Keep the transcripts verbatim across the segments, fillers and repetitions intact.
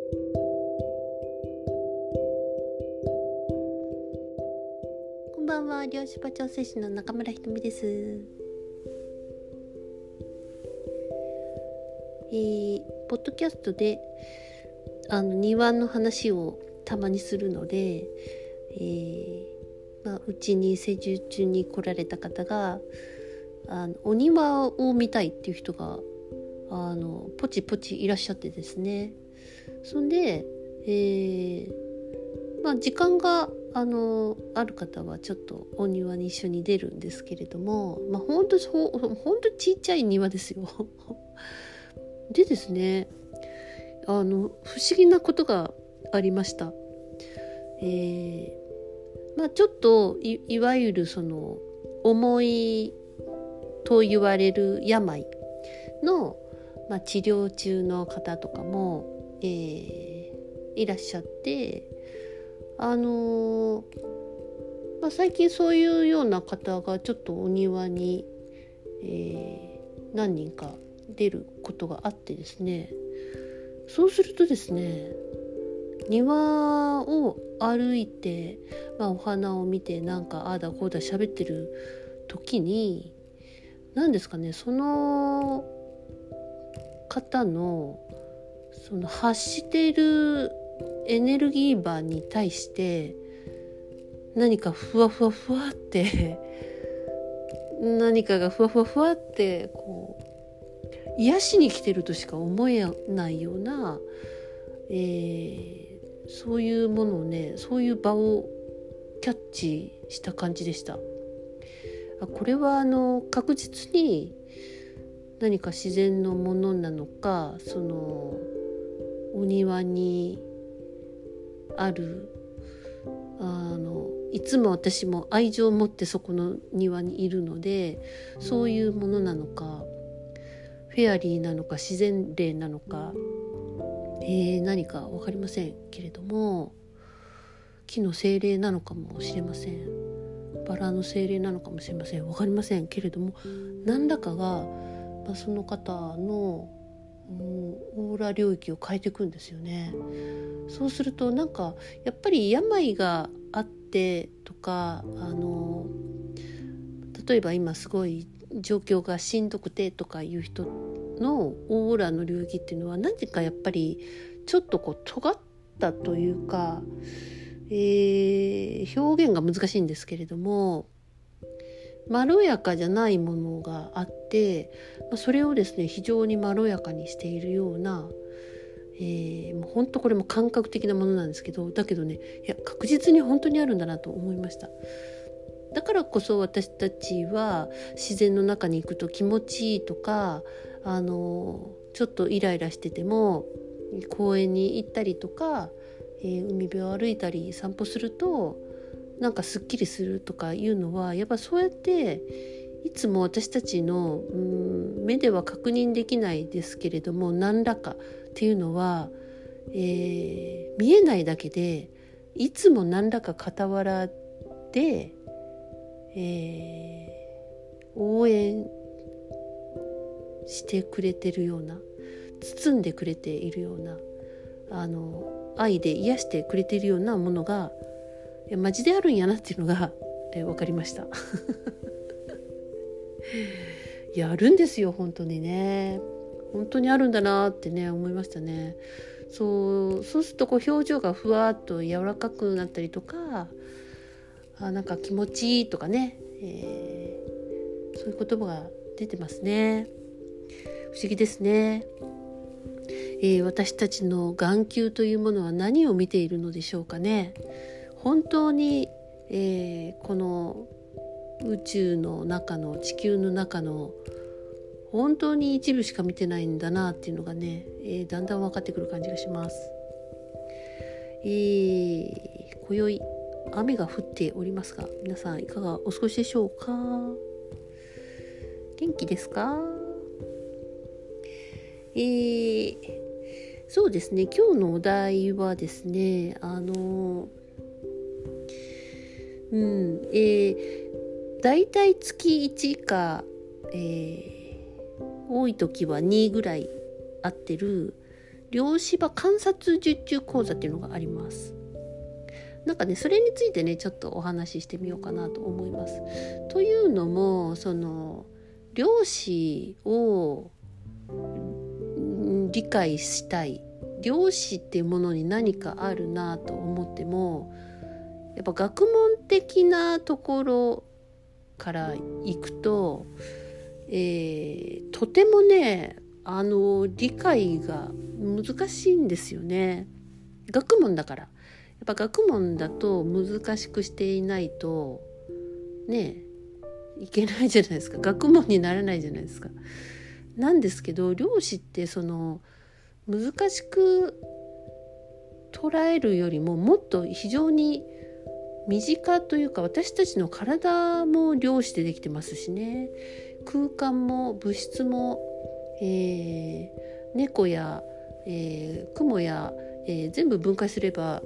こんばんは、漁師場調整士の中村ひとみです。えー、ポッドキャストであの庭の話をたまにするので、えーまあ、うちに施術中に来られた方があのお庭を見たいっていう人があのポチポチいらっしゃってですね。そんで、えーまあ、時間があのある方はちょっとお庭に一緒に出るんですけれども、まあ、ほんとほんとちっちゃい庭ですよでですね、あの不思議なことがありました。えーまあ、ちょっと い, いわゆるその重いと言われる病の、まあ、治療中の方とかも、えー、いらっしゃって、あのーまあ、最近そういうような方がちょっとお庭に、えー、何人か出ることがあってですね、そうするとですね、庭を歩いて、まあ、お花を見てなんかああだこうだ喋ってる時に何ですかね、その方のその発しているエネルギー場に対して何かふわふわふわって何かがふわふわふわってこう癒しに来てるとしか思えないような、えー、そういうものをね、そういう場をキャッチした感じでした。これはあの確実に何か自然のものなのか、そのお庭にあるあのいつも私も愛情を持ってそこの庭にいるので、そういうものなのかフェアリーなのか自然霊なのか、えー、何か分かりませんけれども、木の精霊なのかもしれません、バラの精霊なのかもしれません、分かりませんけれども、何らかが、まあ、その方のオーラ領域を変えていくんですよね。そうするとなんかやっぱり病があってとか、あの例えば今すごい状況がしんどくてとかいう人のオーラの領域っていうのは何かやっぱりちょっとこう尖ったというか、えー、表現が難しいんですけれども、まろやかじゃないものがあって、それをですね非常にまろやかにしているような、えー、もう本当これも感覚的なものなんですけど、だけどね、いや確実に本当にあるんだなと思いました。だからこそ私たちは自然の中に行くと気持ちいいとか、あのちょっとイライラしてても公園に行ったりとか、えー、海辺を歩いたり散歩するとなんかすっきりするとかいうのは、やっぱそうやっていつも私たちのうーん目では確認できないですけれども、何らかっていうのは、えー、見えないだけでいつも何らか傍らで、えー、応援してくれてるような、包んでくれているような、あの愛で癒してくれているようなものがいやマジであるんやなっていうのが、えー、分かりましたいやあるんですよ、本当にね、本当にあるんだなってね思いましたね。そうそうするとこう表情がふわっと柔らかくなったりとか、あなんか気持ちいいとかね、えー、そういう言葉が出てますね。不思議ですね。えー、私たちの眼球というものは何を見ているのでしょうかね。本当に、えー、この宇宙の中の地球の中の本当に一部しか見てないんだなっていうのがね、えー、だんだん分かってくる感じがします。えー、今宵雨が降っておりますが、皆さんいかがお過ごしでしょうか。元気ですか。えー、そうですね、今日のお題はですね、あのうんえー、だいたい月いちか、えー、多い時はにぐらい合ってる量子場観察受注講座っていうのがあります。なんかねそれについてねちょっとお話ししてみようかなと思います。というのもその量子を理解したい、量子っていうものに何かあるなと思ってもやっぱ学問的なところからいくと、えー、とてもねあの理解が難しいんですよね。学問だからやっぱ学問だと難しくしていないとねいけないじゃないですか。学問にならないじゃないですか。なんですけど量子ってその難しく捉えるよりももっと非常に身近というか、私たちの体も量子でできてますしね、空間も物質も、えー、猫や、えー、雲や、えー、全部分解すれば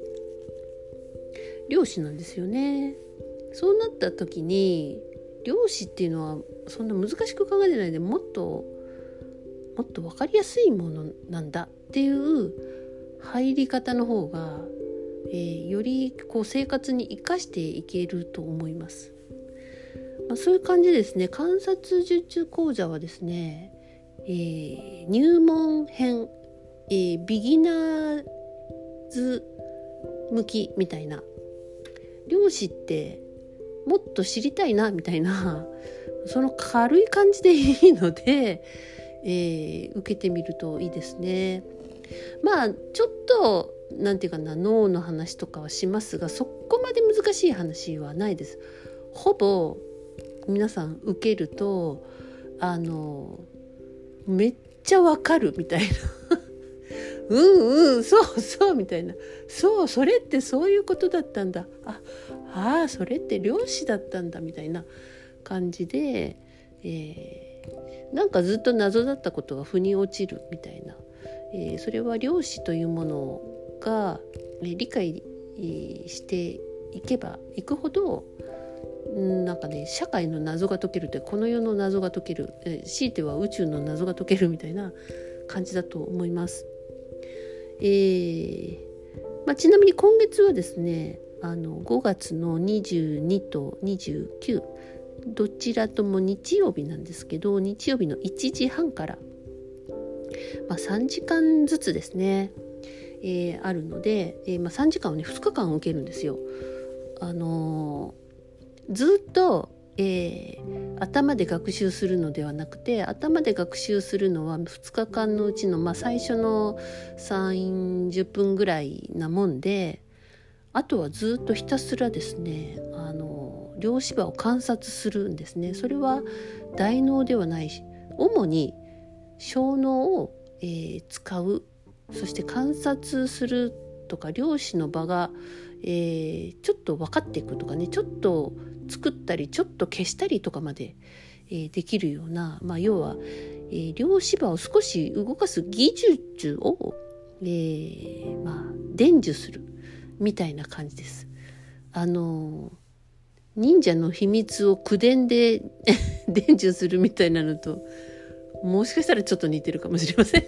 量子なんですよね。そうなった時に量子っていうのはそんな難しく考えてないでもっともっと分かりやすいものなんだっていう入り方の方が、えー、よりこう生活に生かしていけると思います。まあ、そういう感じですね。観察受注講座はですね、えー、入門編、えー、ビギナーズ向きみたいな、量子ってもっと知りたいなみたいなその軽い感じでいいので、えー、受けてみるといいですね。まあちょっとなんていうかな脳の話とかはしますが、そこまで難しい話はないです。ほぼ皆さん受けるとあのめっちゃわかるみたいなうんうんそうそうみたいな、そうそれってそういうことだったんだ、ああそれって量子だったんだみたいな感じで、えー、なんかずっと謎だったことが腑に落ちるみたいな、えー、それは量子というものが、えー、理解していけばいくほどなんかね社会の謎が解けるって、この世の謎が解ける、えー、強いては宇宙の謎が解けるみたいな感じだと思います。えーまあ、ちなみに今月はですねあのごがつのにじゅうにとにじゅうくどちらとも日曜日なんですけど、日曜日のいちじはんから、まあ、さんじかんずつですね、えー、あるので、えーまあ、さんじかんをねふつかかん受けるんですよ。あのー、ずっとえー、頭で学習するのではなくて、頭で学習するのはふつかかんのうちの、まあ、最初のさんじゅっぷんぐらいなもんで、あとはずっとひたすらですねあの量子場を観察するんですね。それは大脳ではないし、主に小脳を、えー、使う、そして観察するとか量子の場が、えー、ちょっと分かっていくとかね、ちょっと作ったりちょっと消したりとかまで、えー、できるような、まあ、要は、えー、量子場を少し動かす技術を、えーまあ、伝授するみたいな感じです。あの忍者の秘密を口伝で伝授するみたいなのともしかしたらちょっと似てるかもしれません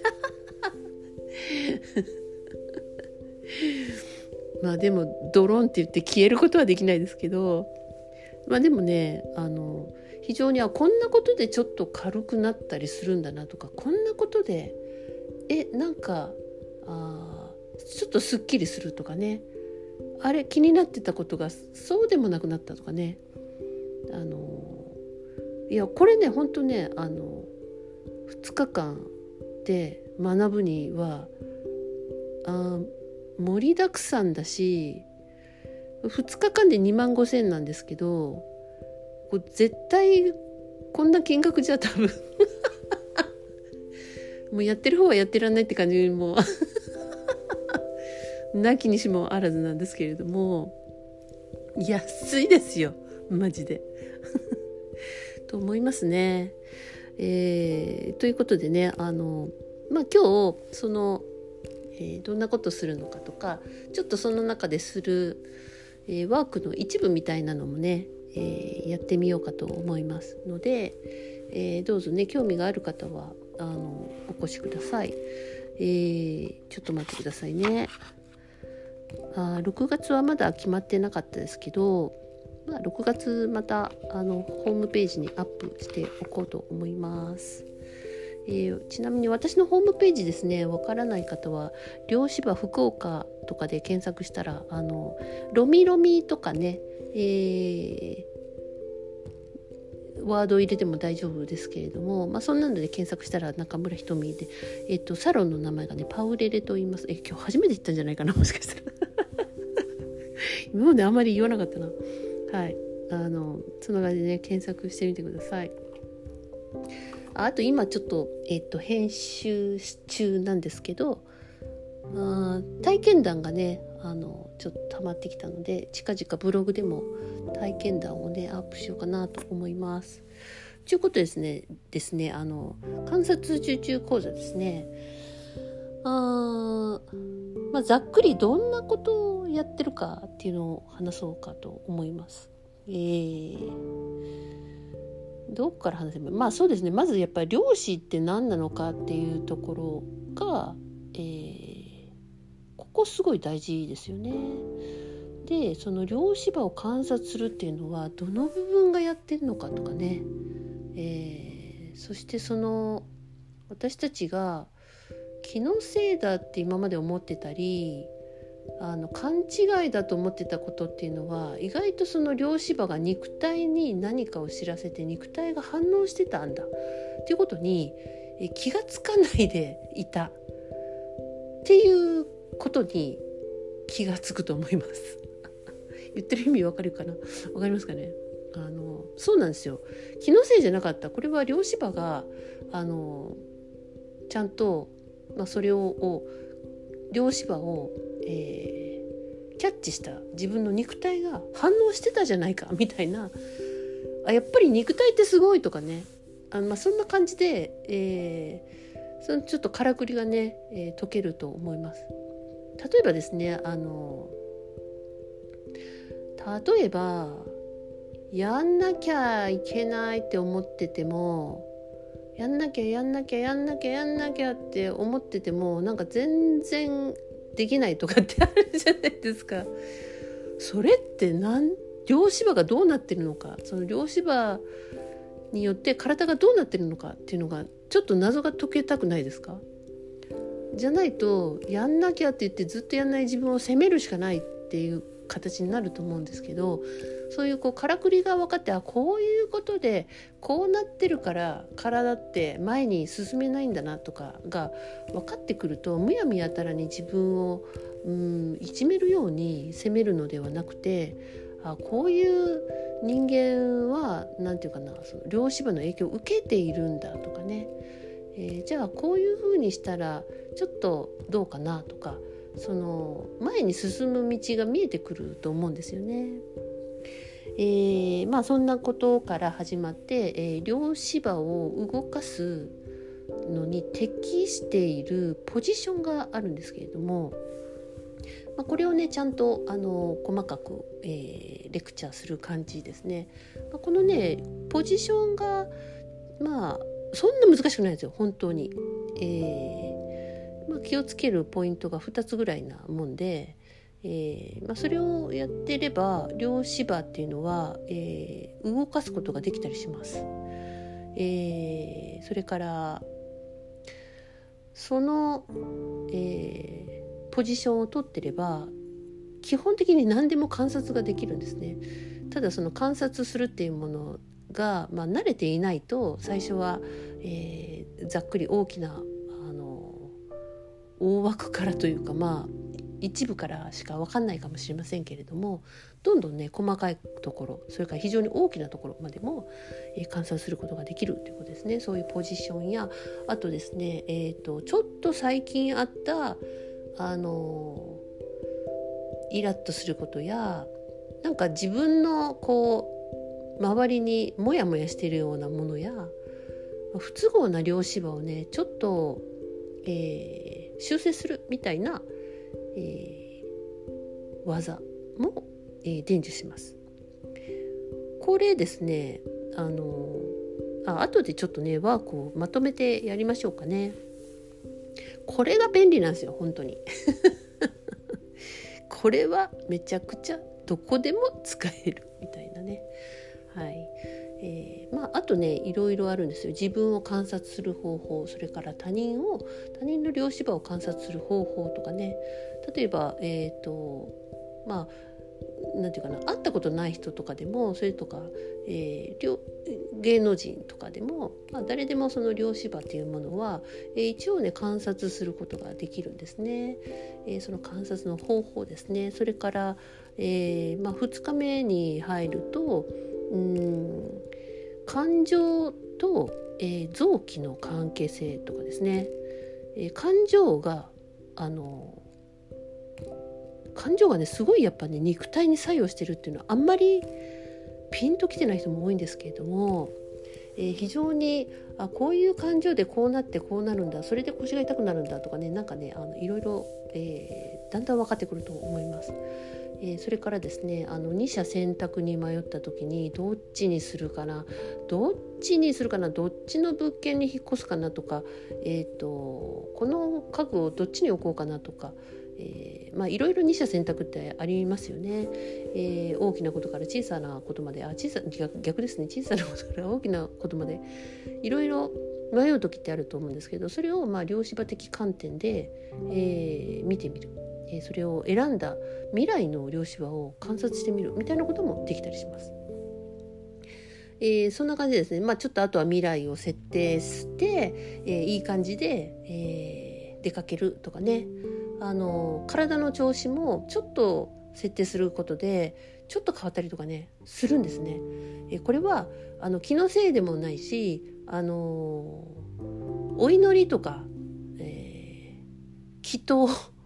まあでもドローンって言って消えることはできないですけど、まあでもねあの非常にあこんなことでちょっと軽くなったりするんだなとか、こんなことでえなんかあちょっとすっきりするとかね、あれ気になってたことがそうでもなくなったとかね、あのいやこれね本当ねあのふつかかんで学ぶにはあ盛りだくさんだし、ふつかかんでにまんごせんなんですけど、これ絶対こんな金額じゃ多分もうやってる方はやってらんないって感じもなきにしもあらずなんですけれども、安いですよマジでと思いますね。えー、ということでねあの、まあ、今日その、えー、どんなことするのかとかちょっとその中でする、えー、ワークの一部みたいなのもね、えー、やってみようかと思いますので、えー、どうぞね興味がある方はあのお越しください。 えー、ちょっと待ってくださいね。あろくがつはまだ決まってなかったですけど、まあ、ろくがつまたあのホームページにアップしておこうと思います。えー、ちなみに私のホームページですね、わからない方は漁師場福岡とかで検索したらあのロミロミとかね、えー、ワードを入れても大丈夫ですけれども、まあ、そんなので検索したら中村ひとみで、えーと、サロンの名前がねパウレレと言います。え今日初めて言ったんじゃないかな、もしかしたら今まであんまり言わなかったな。はい、あのその感じでね検索してみてください。あ, あと今ちょっと,、えー、と編集中なんですけど、あ体験談がねあのちょっと溜まってきたので、近々ブログでも体験談をねアップしようかなと思います。ということですねですねあの観察受注講座ですね。あ、まあ、ざっくりどんなことをやってるかっていうのを話そうかと思います。えーどこから話せば、まあそうですね、まずやっぱり漁師って何なのかっていうところが、えー、ここすごい大事ですよね。でその漁師場を観察するっていうのはどの部分がやってるのかとかね、えー、そしてその私たちが気のせいだって今まで思ってたり、あの勘違いだと思ってたことっていうのは意外とその漁師場が肉体に何かを知らせて肉体が反応してたんだっていうことに気がつかないでいたっていうことに気がつくと思います言ってる意味わかるかな、わかりますかね。あのそうなんですよ、気のせいじゃなかった。これは漁師場があのちゃんと、まあ、それをを漁師場をえー、キャッチした自分の肉体が反応してたじゃないかみたいな、あやっぱり肉体ってすごいとかね、あの、まあ、そんな感じで、えー、そのちょっとからくりがね、えー、解けると思います。例えばですね、あの例えばやんなきゃいけないって思ってても、やんなきゃやんなきゃやんなきゃやんなきゃって思っててもなんか全然できないとかってあるじゃないですか。それってなん漁師場がどうなってるのか、その漁師場によって体がどうなってるのかっていうのがちょっと謎が解けたくないですか。じゃないとやんなきゃって言ってずっとやんない自分を責めるしかないっていう形になると思うんですけど、そういうこうからくりが分かって、あこういうことでこうなってるから体って前に進めないんだなとかが分かってくると、むやみやたらに自分をうんいじめるように責めるのではなくて、あこういう人間はなんていうかな、その漁師場の影響を受けているんだとかね、えー、じゃあこういうふうにしたらちょっとどうかなとか、その前に進む道が見えてくると思うんですよね。えー、まあそんなことから始まって、えー、漁師場を動かすのに適しているポジションがあるんですけれども、まあ、これをねちゃんとあの細かく、えー、レクチャーする感じですね。まあ、このねポジションがまあそんな難しくないですよ本当に。えーまあ、気をつけるポイントがふたつぐらいなもんで、えーまあ、それをやってれば漁師場っていうのは、えー、動かすことができたりします。えー、それからその、えー、ポジションを取ってれば基本的に何でも観察ができるんですね。ただその観察するっていうものが、まあ、慣れていないと最初は、えー、ざっくり大きなあの大枠からというか、まあ一部からしか分かんないかもしれませんけれども、どんどんね細かいところ、それから非常に大きなところまでも、えー、観察することができるということですね。そういうポジションや、あとですね、えーと、ちょっと最近あったあのイラッとすることや、なんか自分のこう周りにモヤモヤしているようなものや、不都合な漁師場をねちょっと、えー、修正するみたいな、えー、技も、えー、伝授します。これですね、あのあ後でちょっとねワークをまとめてやりましょうかね。 これが便利なんですよ本当にこれはめちゃくちゃどこでも使えるみたいなね。はい。えー、まああとねいろいろあるんですよ。自分を観察する方法、それから他人を他人の両芝を観察する方法とかね。例えばえっとまあなんていうかな、会ったことない人とかでも、それとか、えー、芸能人とかでも、まあ、誰でもその両芝というものは、えー、一応ね観察することができるんですね。えー、その観察の方法ですね。それから、えーまあ、ふつかめに入ると、うーん感情と、えー、臓器の関係性とかですね。えー、感情があの感情がねすごいやっぱね肉体に作用してるっていうのはあんまりピンときてない人も多いんですけれども、えー、非常にあこういう感情でこうなってこうなるんだ、それで腰が痛くなるんだとかね、なんかねあのいろいろ、えー、だんだん分かってくると思います。えー、それからですね、あの二者選択に迷った時にどっちにするかなどっちにするかなどっちの物件に引っ越すかなとか、えーと、この家具をどっちに置こうかなとか、えー、まあいろいろ二者選択ってありますよね。えー、大きなことから小さなことまで、あ小さ逆、逆ですね小さなことから大きなことまでいろいろ迷う時ってあると思うんですけど、それをまあ両芝的観点で、えー、見てみる、えー、それを選んだ未来の両芝を観察してみるみたいなこともできたりします。えー、そんな感じですね。まあちょっとあとは未来を設定して、えー、いい感じで、えー、出かけるとかね、あの体の調子もちょっと設定することでちょっと変わったりとかねするんですね。えこれはあの気のせいでもないし、あのお祈りとか、えー、祈祷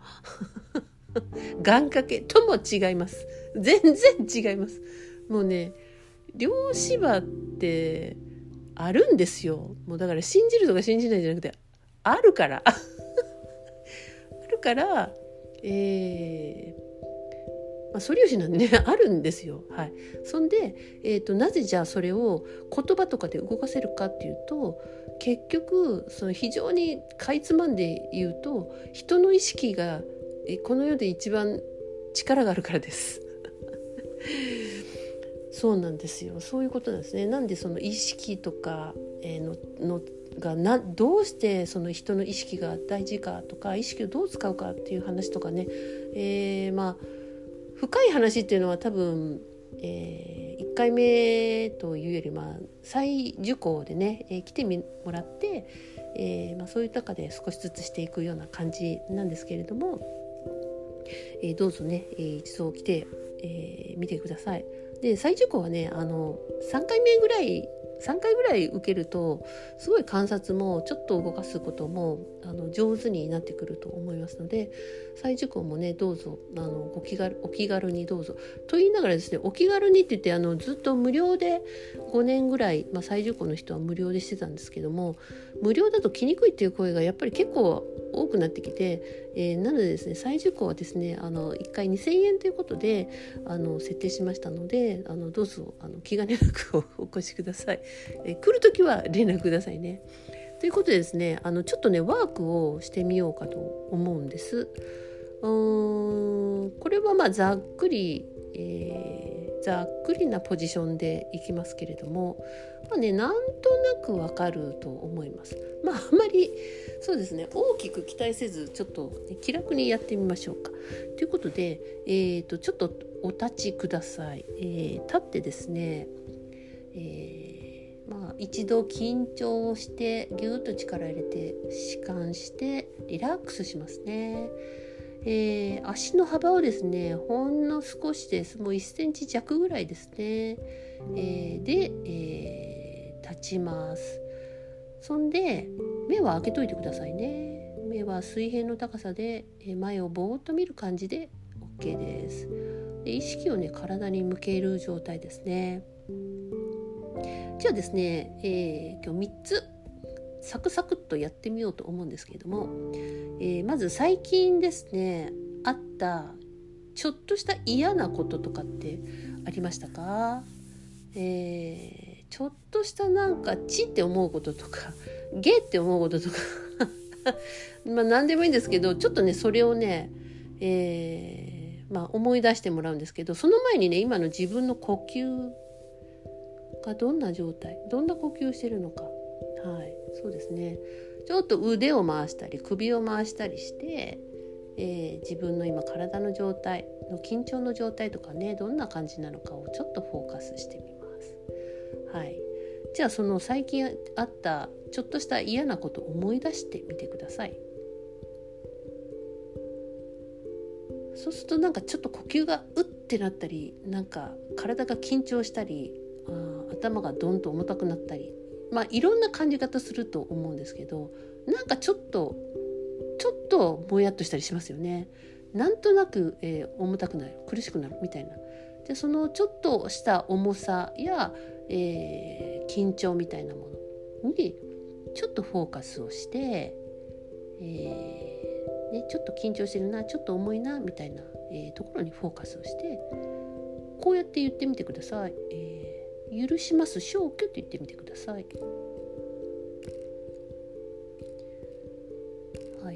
願掛けとも違います。全然違います。もうね両芝ってあるんですよ。もうだから信じるとか信じないじゃなくてあるからあるから、えーまあ、素粒子なんでねあるんですよ。はい。そんで、えーと、なぜじゃあそれを言葉とかで動かせるかっていうと、結局その非常にかいつまんで言うと人の意識がこの世で一番力があるからですそうなんですよ。そういうことなんですね。なんでその意識とかの、のがなどうしてその人の意識が大事かとか、意識をどう使うかっていう話とかね、えー、まあ深い話っていうのは多分、えー、いっかいめというよりまあ再受講でね、えー、来てもらって、えーまあ、そういう中で少しずつしていくような感じなんですけれども、えー、どうぞね、えー、一度来て、えー、見てください。で再受講はねあのさんかいめぐらいさんかいぐらい受けるとすごい観察もちょっと動かすこともあの上手になってくると思いますので、再受講もねどうぞあのご気軽お気軽にどうぞと言いながらですね、お気軽にって言ってあのずっと無料でごねんぐらい、まあ、再受講の人は無料でしてたんですけども、無料だと来にくいっていう声がやっぱり結構多くなってきて、えー、なのでですね再受講はですねあのいっかいにせんえんということであの設定しましたので、あのどうぞあの気兼ねなくお越しください。えー、来るときは連絡くださいね。ということでですね、あのちょっとねワークをしてみようかと思うんです。うーんこれはまあざっくり、えー、ざっくりなポジションでいきますけれども、まあねなんとなくわかると思います。まああんまりそうですね大きく期待せずちょっと、ね、気楽にやってみましょうか。ということで、えー、とちょっとお立ちください。えー、立ってですね、えーまあ、一度緊張してぎゅっと力入れて弛緩してリラックスしますね。えー、足の幅をですねほんの少しです。もういっセンチ弱ぐらいですね。えー、で、えー、立ちます。そんで目は開けといてくださいね。目は水平の高さで前をぼーっと見る感じで OK です。で意識をね体に向ける状態ですね。じゃあですね、えー、今日みっつサクサクっとやってみようと思うんですけれども、えー、まず最近ですねあったちょっとした嫌なこととかってありましたか？えー、ちょっとしたなんかチって思うこととかゲって思うこととかまあ何でもいいんですけど、ちょっとねそれをね、えーまあ、思い出してもらうんですけど、その前にね今の自分の呼吸がどんな状態、どんな呼吸してるのか、はい、そうですね、ちょっと腕を回したり首を回したりして、えー、自分の今体の状態の緊張の状態とかね、どんな感じなのかをちょっとフォーカスしてみます。はい、じゃあその最近あったちょっとした嫌なことを思い出してみてください。そうするとなんかちょっと呼吸がうってなったり、なんか体が緊張したり、あ頭がドンと重たくなったり、まあいろんな感じ方すると思うんですけど、なんかちょっとちょっとぼやっとしたりしますよね。なんとなく、えー、重たくなる、苦しくなるみたいな。でそのちょっとした重さや、えー、緊張みたいなものにちょっとフォーカスをして、えーね、ちょっと緊張してるな、ちょっと重いなみたいな、えー、ところにフォーカスをして、こうやって言ってみてください。えー、許します消去って言ってみてください。はい、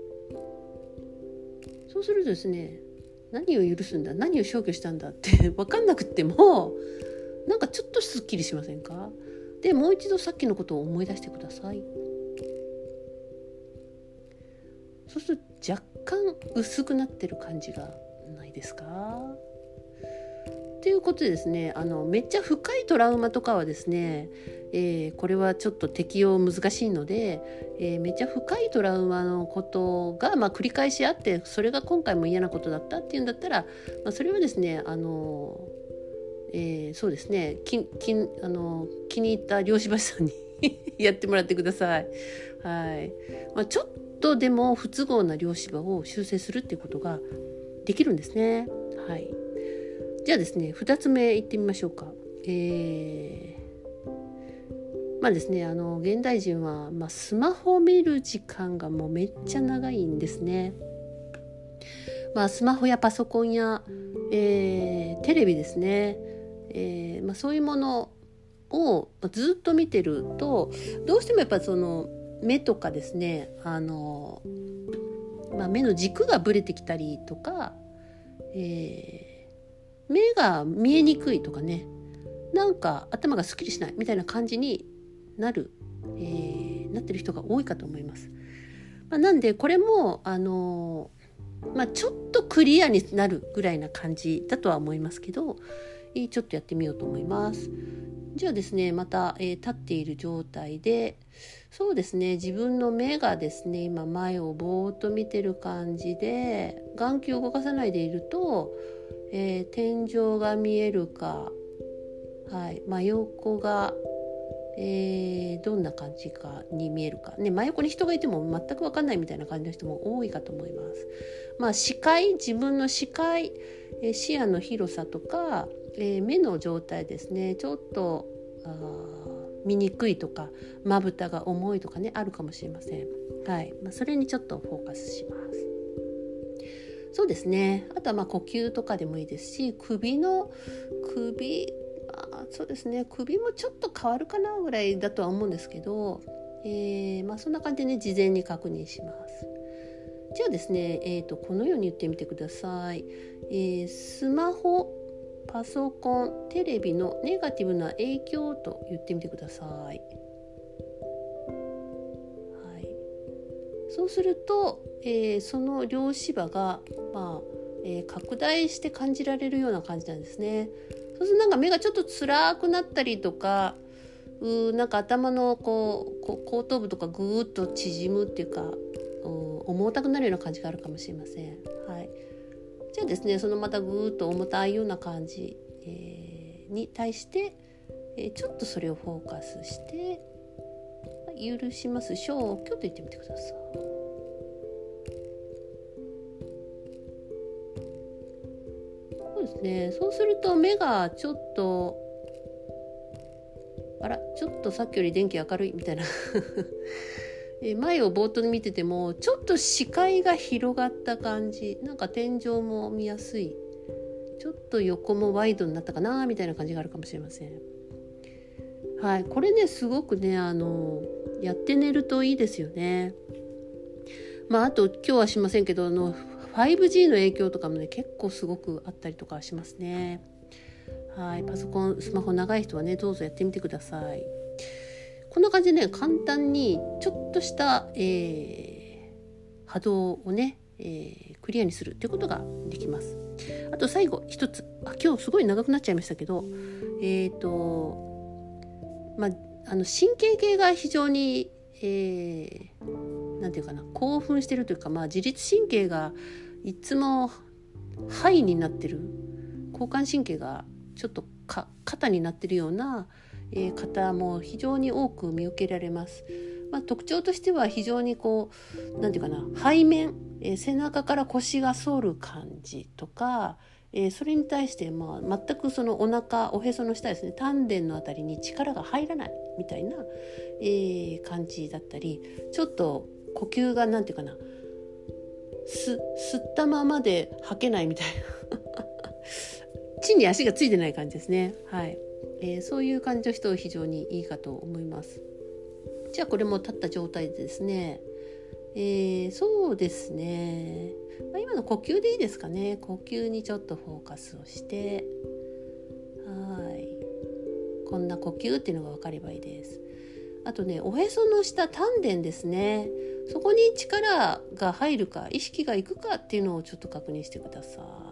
そうするとですね、何を許すんだ、何を消去したんだって分かんなくっても、なんかちょっとすっきりしませんか？でもう一度さっきのことを思い出してください。そうすると若干薄くなってる感じがないですか？ということでですね、あのめっちゃ深いトラウマとかはですね、えー、これはちょっと適用難しいので、えー、めっちゃ深いトラウマのことが、まあ、繰り返しあって、それが今回も嫌なことだったっていうんだったら、まあ、それはですね、あの、えー、そうですね、ききあの気に入った漁師橋さんにやってもらってください。はい、まあ、ちょっとでも不都合な漁師場を修正するっていうことができるんですね。はい、じゃあですね、ふたつめいってみましょうか。えー、まあですね、あの現代人は、まあ、スマホを見る時間がもうめっちゃ長いんですね。まあ、スマホやパソコンや、えー、テレビですね、えーまあ、そういうものをずっと見てると、どうしてもやっぱその目とかですね、あの、まあ、目の軸がぶれてきたりとか、えー、目が見えにくいとかね、なんか頭がすっきりしないみたいな感じになる、えー、なってる人が多いかと思います。まあ、なんでこれもあの、まあ、ちょっとクリアになるぐらいな感じだとは思いますけど、ちょっとやってみようと思います。じゃあですね、また、えー、立っている状態で、そうですね、自分の目がですね、今前をぼーっと見てる感じで、眼球を動かさないでいると、えー、天井が見えるか、はい、真横が、えー、どんな感じかに見えるか、ね、真横に人がいても全く分かんないみたいな感じの人も多いかと思います。まあ、視界、自分の視界、えー、視野の広さとか、えー、目の状態ですね、ちょっとあ見にくいとか、まぶたが重いとかね、あるかもしれません。はい、まあ、それにちょっとフォーカスします。そうですね、あとはまあ呼吸とかでもいいですし、首の首、まあ、そうですね、首もちょっと変わるかなぐらいだとは思うんですけど、えーまあ、そんな感じでね、事前に確認します。じゃあですね、えーと、このように言ってみてください。えー、スマホ、パソコン、テレビのネガティブな影響と言ってみてください。はい、そうすると、えー、その量子場が、まあえー、拡大して感じられるような感じなんですね。そうするとなんか目がちょっと辛くなったりとか、うなんか頭のこう、こう後頭部とかぐーっと縮むっていうか、重たくなるような感じがあるかもしれません。はい、じゃあですね、そのまたぐーっと重たいような感じ、えー、に対して、えー、ちょっとそれをフォーカスして許します消去と言ってみてください。そうですね、そうすると目がちょっとあらちょっとさっきより電気明るいみたいな前をぼーっと見ててもちょっと視界が広がった感じ、なんか天井も見やすい、ちょっと横もワイドになったかなみたいな感じがあるかもしれません。はい、これねすごくねあのやって寝るといいですよね。 まああと今日はしませんけど、あの ファイブジー の影響とかもね結構すごくあったりとかしますね。はい、パソコンスマホ長い人はねどうぞやってみてください。こんな感じでね簡単にちょっとした、えー、波動をね、えー、クリアにするっていうことができます。あと最後一つ、あ今日すごい長くなっちゃいましたけど、えっとまああの神経系が非常に、えー、なんていうかな興奮してるというか、まあ、自律神経がいつもハイになってる、交感神経がちょっとか肩になってるような、えー、方も非常に多く見受けられます。まあ、特徴としては非常にこうなんていうかな背面、えー、背中から腰が反る感じとか、えー、それに対して、まあ、全くそのお腹おへその下ですね、丹田のあたりに力が入らないみたいな、えー、感じだったり、ちょっと呼吸がなんていうかなす吸ったままで吐けないみたいな地に足がついてない感じですね。はい、えー、そういう感じの人は非常にいいかと思います。じゃあこれも立った状態でですね、えー、そうですね、まあ、今の呼吸でいいですかね。呼吸にちょっとフォーカスをして、はいこんな呼吸っていうのが分かればいいです。あとねおへその下丹田ですね、そこに力が入るか意識がいくかっていうのをちょっと確認してください。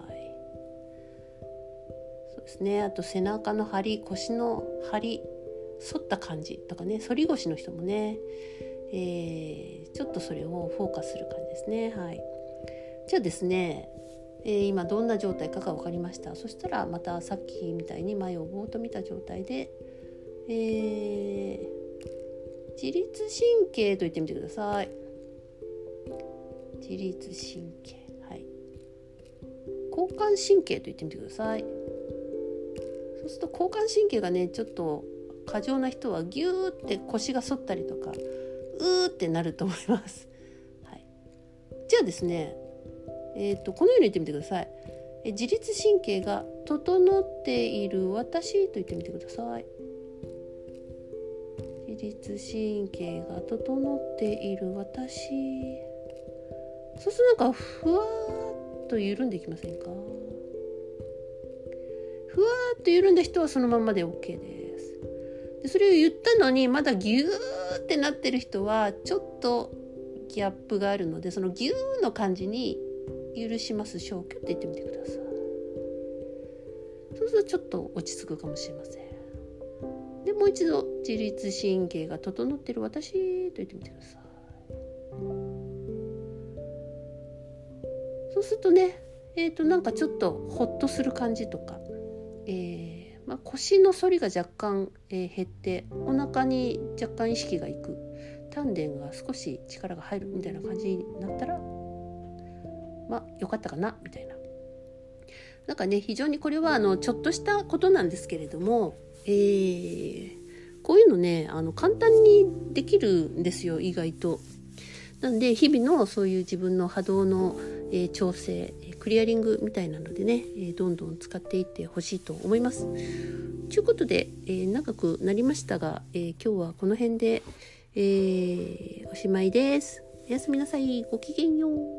ですね、あと背中の張り、腰の張り、反った感じとかね、反り腰の人もね、えー、ちょっとそれをフォーカスする感じですね。はい、じゃあですね、えー、今どんな状態かが分かりました。そしたらまたさっきみたいに前をぼーっと見た状態で、えー、自律神経と言ってみてください。自律神経、はい、交感神経と言ってみてください。そうすると交感神経がねちょっと過剰な人はギューって腰が反ったりとかうーってなると思います。はい、じゃあですね、えーと、このように言ってみてください。え自律神経が整っている私と言ってみてください。自律神経が整っている私。そうするとなんかふわーっと緩んでいきませんか？ふわーっと緩んだ人はそのままで OK です。でそれを言ったのにまだギューってなってる人はちょっとギャップがあるので、そのギューの感じに許します消去って言ってみてください。そうするとちょっと落ち着くかもしれません。でもう一度自律神経が整ってる私と言ってみてください。そうするとね、えーとなんかちょっとホッとする感じとか、えーまあ、腰の反りが若干、えー、減ってお腹に若干意識がいく、丹田が少し力が入るみたいな感じになったらまあよかったかなみたいな。なんかね非常にこれはあのちょっとしたことなんですけれども、えー、こういうのねあの簡単にできるんですよ意外と。なんで日々のそういう自分の波動の、えー、調整クリアリングみたいなのでね、えー、どんどん使っていってほしいと思います。ということで、えー、長くなりましたが、えー、今日はこの辺で、えー、おしまいです。おやすみなさい。ごきげんよう。